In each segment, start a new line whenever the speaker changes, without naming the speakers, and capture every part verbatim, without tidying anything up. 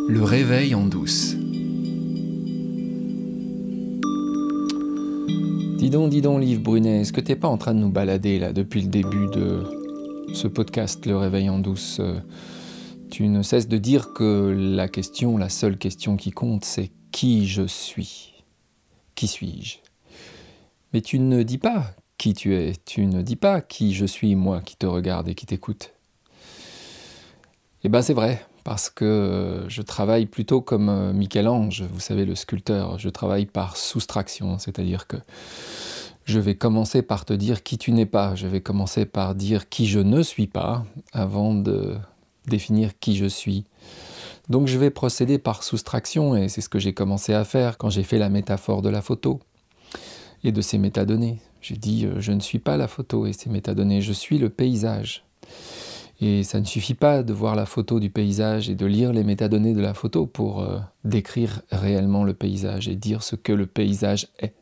Le réveil en douce. Dis donc, dis donc, Liv Brunet, est-ce que t'es pas en train de nous balader là depuis le début de ce podcast, Le réveil en douce euh, Tu ne cesses de dire que la question, la seule question qui compte, c'est qui je suis. Qui suis-je ? Mais tu ne dis pas qui tu es, tu ne dis pas qui je suis, moi, qui te regarde et qui t'écoute. Eh ben c'est vrai, parce que je travaille plutôt comme Michel-Ange, vous savez, le sculpteur. Je travaille par soustraction, c'est-à-dire que je vais commencer par te dire qui tu n'es pas. Je vais commencer par dire qui je ne suis pas, avant de définir qui je suis. Donc je vais procéder par soustraction, et c'est ce que j'ai commencé à faire quand j'ai fait la métaphore de la photo et de ses métadonnées. J'ai dit euh, je ne suis pas la photo et ses métadonnées, je suis le paysage. Et ça ne suffit pas de voir la photo du paysage et de lire les métadonnées de la photo pour euh, décrire réellement le paysage et dire ce que le paysage est.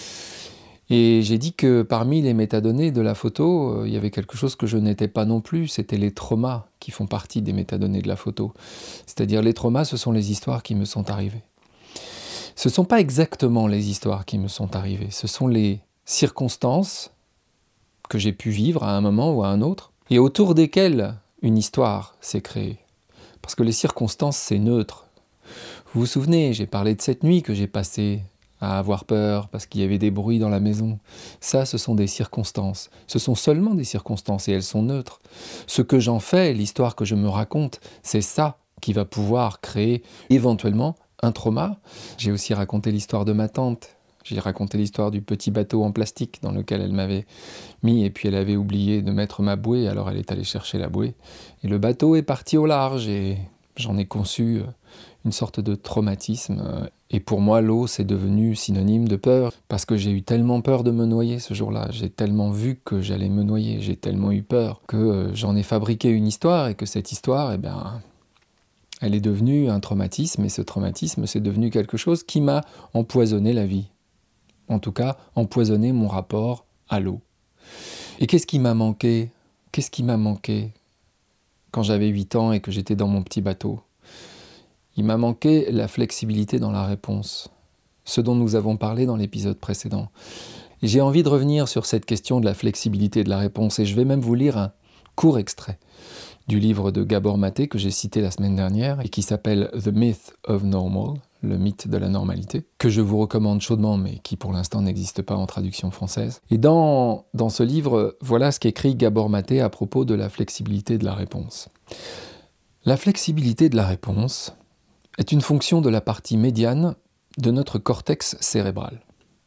Et j'ai dit que parmi les métadonnées de la photo, euh, il y avait quelque chose que je n'étais pas non plus, c'était les traumas qui font partie des métadonnées de la photo. C'est-à-dire les traumas, ce sont les histoires qui me sont arrivées. Ce ne sont pas exactement les histoires qui me sont arrivées, ce sont les circonstances que j'ai pu vivre à un moment ou à un autre, et autour desquelles une histoire s'est créée. Parce que les circonstances, c'est neutre. Vous vous souvenez, j'ai parlé de cette nuit que j'ai passée à avoir peur parce qu'il y avait des bruits dans la maison. Ça, ce sont des circonstances. Ce sont seulement des circonstances et elles sont neutres. Ce que j'en fais, l'histoire que je me raconte, c'est ça qui va pouvoir créer éventuellement un trauma. J'ai aussi raconté l'histoire de ma tante. J'ai raconté l'histoire du petit bateau en plastique dans lequel elle m'avait mis et puis elle avait oublié de mettre ma bouée, alors elle est allée chercher la bouée. Et le bateau est parti au large et j'en ai conçu une sorte de traumatisme. Et pour moi, l'eau, c'est devenu synonyme de peur parce que j'ai eu tellement peur de me noyer ce jour-là. J'ai tellement vu que j'allais me noyer, j'ai tellement eu peur que j'en ai fabriqué une histoire et que cette histoire, eh bien, elle est devenue un traumatisme et ce traumatisme, c'est devenu quelque chose qui m'a empoisonné la vie. En tout cas, empoisonner mon rapport à l'eau. Et qu'est-ce qui m'a manqué ? Qu'est-ce qui m'a manqué quand j'avais huit ans et que j'étais dans mon petit bateau ? Il m'a manqué la flexibilité dans la réponse, ce dont nous avons parlé dans l'épisode précédent. Et j'ai envie de revenir sur cette question de la flexibilité de la réponse, et je vais même vous lire un court extrait du livre de Gabor Maté que j'ai cité la semaine dernière et qui s'appelle « The Myth of Normal », le mythe de la normalité, que je vous recommande chaudement, mais qui pour l'instant n'existe pas en traduction française. Et dans, dans ce livre, voilà ce qu'écrit Gabor Maté à propos de la flexibilité de la réponse. La flexibilité de la réponse est une fonction de la partie médiane de notre cortex cérébral.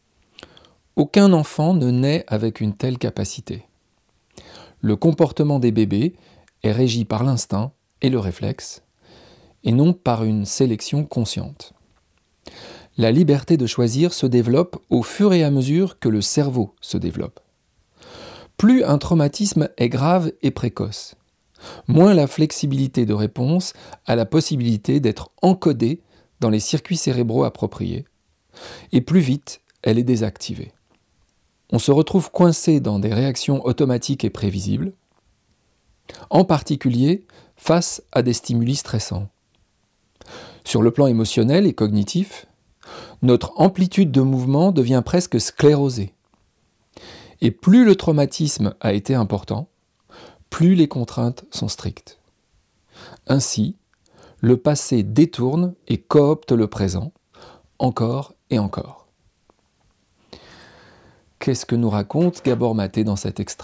Aucun enfant ne naît avec une telle capacité. Le comportement des bébés est régi par l'instinct et le réflexe, et non par une sélection consciente. La liberté de choisir se développe au fur et à mesure que le cerveau se développe. Plus un traumatisme est grave et précoce, moins la flexibilité de réponse a la possibilité d'être encodée dans les circuits cérébraux appropriés, et plus vite elle est désactivée. On se retrouve coincé dans des réactions automatiques et prévisibles, en particulier face à des stimuli stressants. Sur le plan émotionnel et cognitif, notre amplitude de mouvement devient presque sclérosée. Et plus le traumatisme a été important, plus les contraintes sont strictes. Ainsi, le passé détourne et coopte le présent, encore et encore. Qu'est-ce que nous raconte Gabor Maté dans cet extrait ?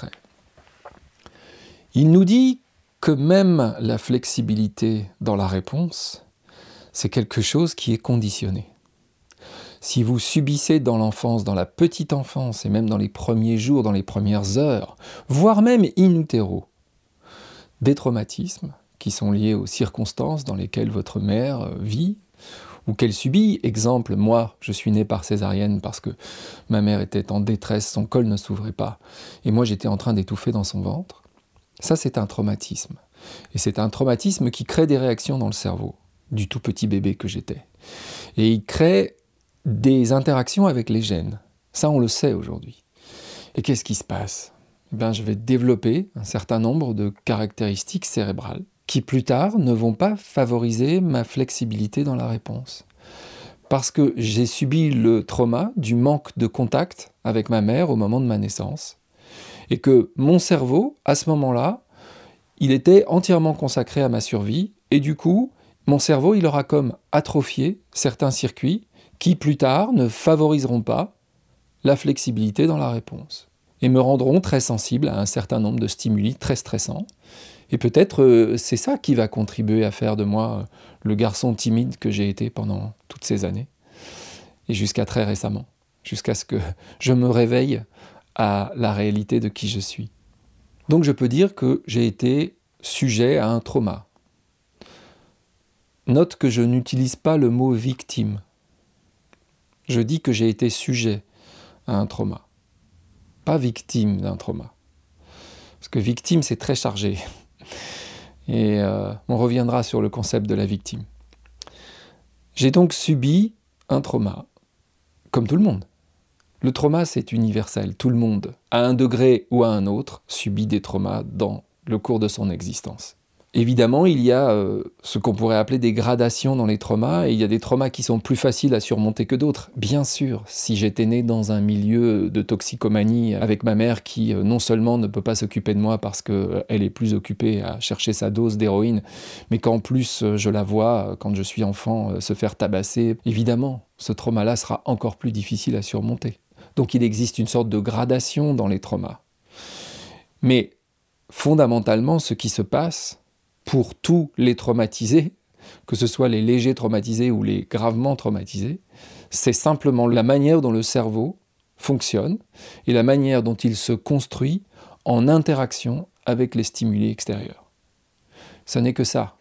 Il nous dit que même la flexibilité dans la réponse, c'est quelque chose qui est conditionné. Si vous subissez dans l'enfance, dans la petite enfance, et même dans les premiers jours, dans les premières heures, voire même in utero, des traumatismes qui sont liés aux circonstances dans lesquelles votre mère vit, ou qu'elle subit. Exemple, moi, je suis né par césarienne parce que ma mère était en détresse, son col ne s'ouvrait pas, et moi j'étais en train d'étouffer dans son ventre. Ça, c'est un traumatisme. Et c'est un traumatisme qui crée des réactions dans le cerveau du tout petit bébé que j'étais. Et il crée des interactions avec les gènes. Ça, on le sait aujourd'hui. Et qu'est-ce qui se passe ? Eh bien, je vais développer un certain nombre de caractéristiques cérébrales qui plus tard ne vont pas favoriser ma flexibilité dans la réponse. Parce que j'ai subi le trauma du manque de contact avec ma mère au moment de ma naissance, et que mon cerveau, à ce moment-là, il était entièrement consacré à ma survie, et du coup, mon cerveau, il aura comme atrophié certains circuits qui, plus tard, ne favoriseront pas la flexibilité dans la réponse, et me rendront très sensible à un certain nombre de stimuli très stressants. Et peut-être euh, c'est ça qui va contribuer à faire de moi euh, le garçon timide que j'ai été pendant toutes ces années, et jusqu'à très récemment, jusqu'à ce que je me réveille à la réalité de qui je suis. Donc je peux dire que j'ai été sujet à un trauma. Note que je n'utilise pas le mot victime. Je dis que j'ai été sujet à un trauma, pas victime d'un trauma. Parce que victime, c'est très chargé. Et euh, on reviendra sur le concept de la victime. J'ai donc subi un trauma, comme tout le monde. Le trauma, c'est universel. Tout le monde, à un degré ou à un autre, subit des traumas dans le cours de son existence. Évidemment, il y a euh, ce qu'on pourrait appeler des gradations dans les traumas, et il y a des traumas qui sont plus faciles à surmonter que d'autres. Bien sûr, si j'étais né dans un milieu de toxicomanie avec ma mère qui euh, non seulement ne peut pas s'occuper de moi parce qu'elle euh, est plus occupée à chercher sa dose d'héroïne, mais qu'en plus euh, je la vois, euh, quand je suis enfant, euh, se faire tabasser, évidemment, ce trauma-là sera encore plus difficile à surmonter. Donc il existe une sorte de gradation dans les traumas. Mais fondamentalement, ce qui se passe pour tous les traumatisés, que ce soit les légers traumatisés ou les gravement traumatisés, c'est simplement la manière dont le cerveau fonctionne et la manière dont il se construit en interaction avec les stimuli extérieurs. Ce n'est que ça.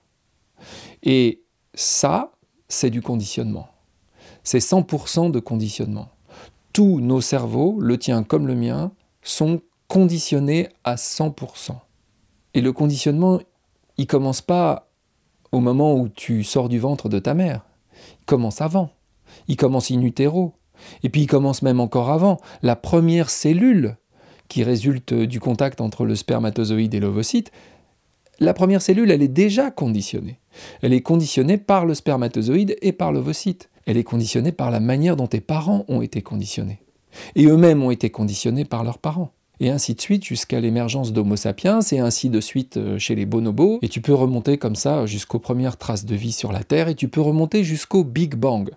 Et ça, c'est du conditionnement. C'est cent pour cent de conditionnement. Tous nos cerveaux, le tien comme le mien, sont conditionnés à cent pour cent. Et le conditionnement, il ne commence pas au moment où tu sors du ventre de ta mère. Il commence avant. Il commence in utero. Et puis il commence même encore avant. La première cellule qui résulte du contact entre le spermatozoïde et l'ovocyte, la première cellule, elle est déjà conditionnée. Elle est conditionnée par le spermatozoïde et par l'ovocyte. Elle est conditionnée par la manière dont tes parents ont été conditionnés. Et eux-mêmes ont été conditionnés par leurs parents. Et ainsi de suite jusqu'à l'émergence d'Homo sapiens, et ainsi de suite chez les bonobos. Et tu peux remonter comme ça jusqu'aux premières traces de vie sur la Terre, et tu peux remonter jusqu'au Big Bang.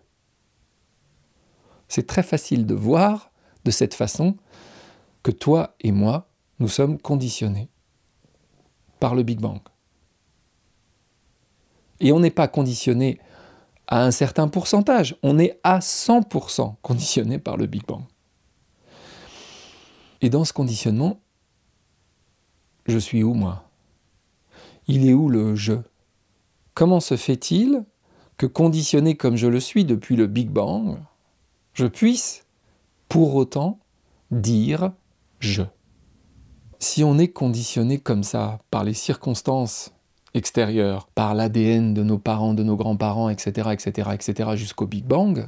C'est très facile de voir de cette façon que toi et moi, nous sommes conditionnés par le Big Bang. Et on n'est pas conditionné à un certain pourcentage, on est à cent pour cent conditionné par le Big Bang. Et dans ce conditionnement, je suis où, moi ? Il est où le « je » ? Comment se fait-il que, conditionné comme je le suis depuis le Big Bang, je puisse, pour autant, dire « je ». Si on est conditionné comme ça, par les circonstances extérieures, par l'A D N de nos parents, de nos grands-parents, et cetera, et cetera, et cetera, jusqu'au Big Bang,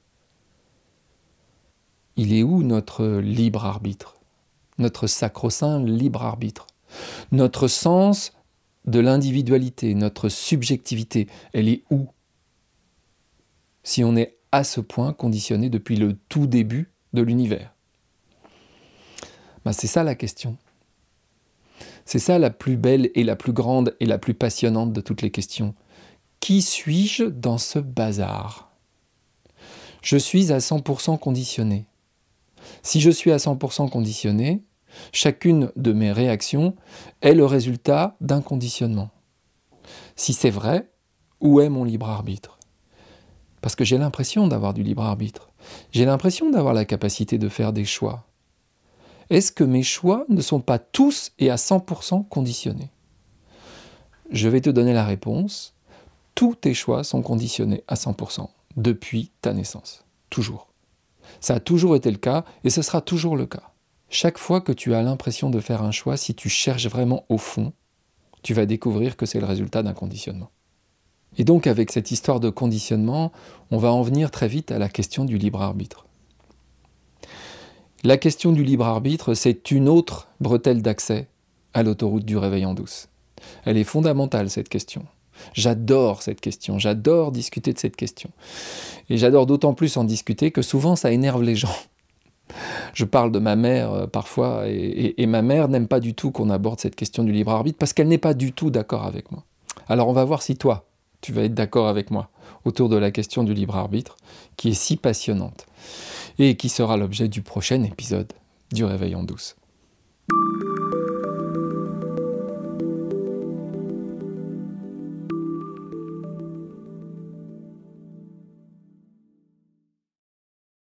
il est où notre libre arbitre ? Notre sacro-saint libre arbitre, notre sens de l'individualité, notre subjectivité, elle est où ? Si on est à ce point conditionné depuis le tout début de l'univers. Ben c'est ça la question. C'est ça la plus belle et la plus grande et la plus passionnante de toutes les questions. Qui suis-je dans ce bazar ? Je suis à cent pour cent conditionné. Si je suis à cent pour cent conditionné, chacune de mes réactions est le résultat d'un conditionnement. Si c'est vrai, où est mon libre arbitre ? Parce que j'ai l'impression d'avoir du libre arbitre. J'ai l'impression d'avoir la capacité de faire des choix. Est-ce que mes choix ne sont pas tous et à cent pour cent conditionnés ? Je vais te donner la réponse. Tous tes choix sont conditionnés à cent pour cent depuis ta naissance. Toujours. Ça a toujours été le cas et ce sera toujours le cas. Chaque fois que tu as l'impression de faire un choix, si tu cherches vraiment au fond, tu vas découvrir que c'est le résultat d'un conditionnement. Et donc avec cette histoire de conditionnement, on va en venir très vite à la question du libre arbitre. La question du libre arbitre, c'est une autre bretelle d'accès à l'autoroute du réveil en douce. Elle est fondamentale, cette question. J'adore cette question, j'adore discuter de cette question. Et j'adore d'autant plus en discuter que souvent ça énerve les gens. Je parle de ma mère euh, parfois, et, et, et ma mère n'aime pas du tout qu'on aborde cette question du libre arbitre parce qu'elle n'est pas du tout d'accord avec moi. Alors on va voir si toi, tu vas être d'accord avec moi autour de la question du libre arbitre, qui est si passionnante, et qui sera l'objet du prochain épisode du Réveil en douce.